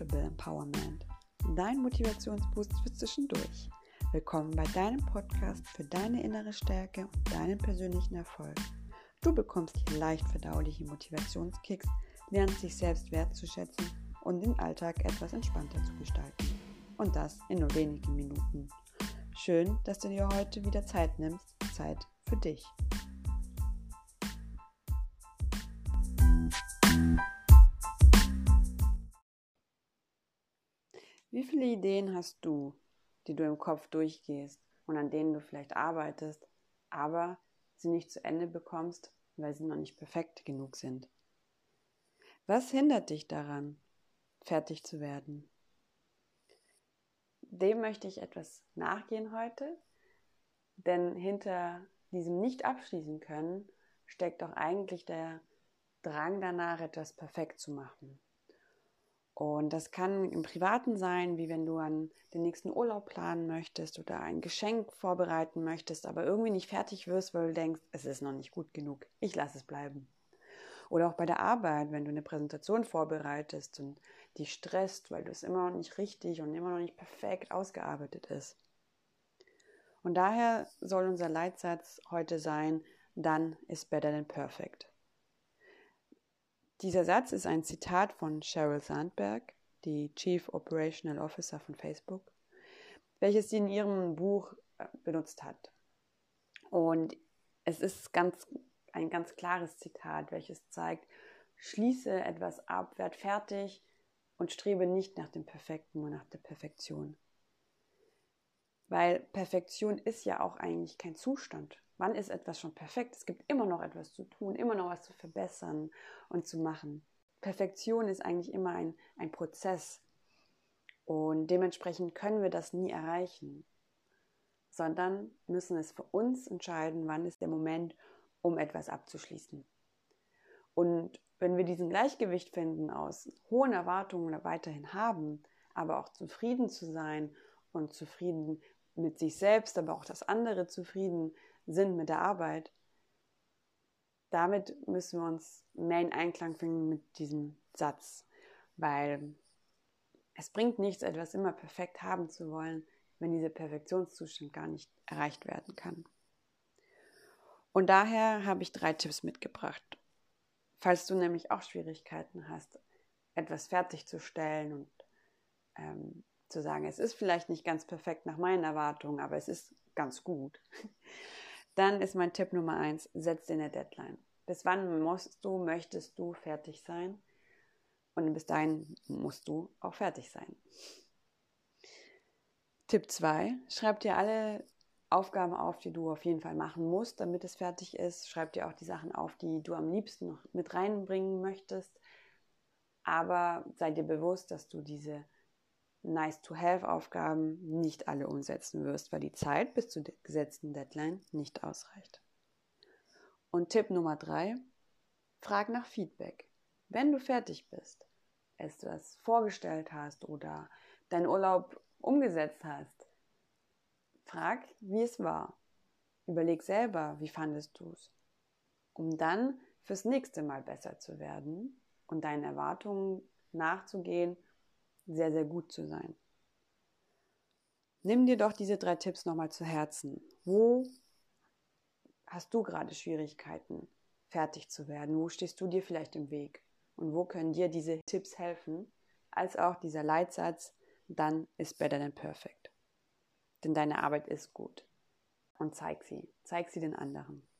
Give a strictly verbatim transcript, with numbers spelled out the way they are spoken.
Unstoppable Empowerment, dein Motivationsboost für zwischendurch. Willkommen bei deinem Podcast für deine innere Stärke und deinen persönlichen Erfolg. Du bekommst hier leicht verdauliche Motivationskicks, lernst dich selbst wertzuschätzen und den Alltag etwas entspannter zu gestalten. Und das in nur wenigen Minuten. Schön, dass du dir heute wieder Zeit nimmst, Zeit für dich. Wie viele Ideen hast du, die du im Kopf durchgehst und an denen du vielleicht arbeitest, aber sie nicht zu Ende bekommst, weil sie noch nicht perfekt genug sind? Was hindert dich daran, fertig zu werden? Dem möchte ich etwas nachgehen heute, denn hinter diesem Nicht-Abschließen können steckt doch eigentlich der Drang danach, etwas perfekt zu machen. Und das kann im Privaten sein, wie wenn du an den nächsten Urlaub planen möchtest oder ein Geschenk vorbereiten möchtest, aber irgendwie nicht fertig wirst, weil du denkst, es ist noch nicht gut genug, ich lasse es bleiben. Oder auch bei der Arbeit, wenn du eine Präsentation vorbereitest und dich stresst, weil du es immer noch nicht richtig und immer noch nicht perfekt ausgearbeitet ist. Und daher soll unser Leitsatz heute sein, done is better than perfect. Dieser Satz ist ein Zitat von Sheryl Sandberg, die Chief Operational Officer von Facebook, welches sie in ihrem Buch benutzt hat. Und es ist ganz, ein ganz klares Zitat, welches zeigt, schließe etwas ab, werd fertig und strebe nicht nach dem Perfekten, nur nach der Perfektion. Weil Perfektion ist ja auch eigentlich kein Zustand. Wann ist etwas schon perfekt? Es gibt immer noch etwas zu tun, immer noch was zu verbessern und zu machen. Perfektion ist eigentlich immer ein, ein Prozess und dementsprechend können wir das nie erreichen, sondern müssen es für uns entscheiden, wann ist der Moment, um etwas abzuschließen. Und wenn wir diesen Gleichgewicht finden aus hohen Erwartungen weiterhin haben, aber auch zufrieden zu sein und zufrieden mit sich selbst, aber auch dass andere zufrieden sind mit der Arbeit, damit müssen wir uns mehr in Einklang finden mit diesem Satz, weil es bringt nichts, etwas immer perfekt haben zu wollen, wenn dieser Perfektionszustand gar nicht erreicht werden kann. Und daher habe ich drei Tipps mitgebracht. Falls du nämlich auch Schwierigkeiten hast, etwas fertigzustellen und ähm, zu sagen, es ist vielleicht nicht ganz perfekt nach meinen Erwartungen, aber es ist ganz gut, dann ist mein Tipp Nummer eins, setz dir eine Deadline. Bis wann musst du, möchtest du fertig sein? Und bis dahin musst du auch fertig sein. Tipp zwei, schreib dir alle Aufgaben auf, die du auf jeden Fall machen musst, damit es fertig ist. Schreib dir auch die Sachen auf, die du am liebsten noch mit reinbringen möchtest. Aber sei dir bewusst, dass du diese Nice-to-have-Aufgaben nicht alle umsetzen wirst, weil die Zeit bis zur gesetzten Deadline nicht ausreicht. Und Tipp Nummer drei, frag nach Feedback. Wenn du fertig bist, es du das vorgestellt hast oder deinen Urlaub umgesetzt hast, frag, wie es war. Überleg selber, wie fandest du es, um dann fürs nächste Mal besser zu werden und deinen Erwartungen nachzugehen, sehr, sehr gut zu sein. Nimm dir doch diese drei Tipps nochmal zu Herzen. Wo hast du gerade Schwierigkeiten, fertig zu werden? Wo stehst du dir vielleicht im Weg? Und wo können dir diese Tipps helfen, als auch dieser Leitsatz, done is better than perfect. Denn deine Arbeit ist gut. Und zeig sie. Zeig sie den anderen.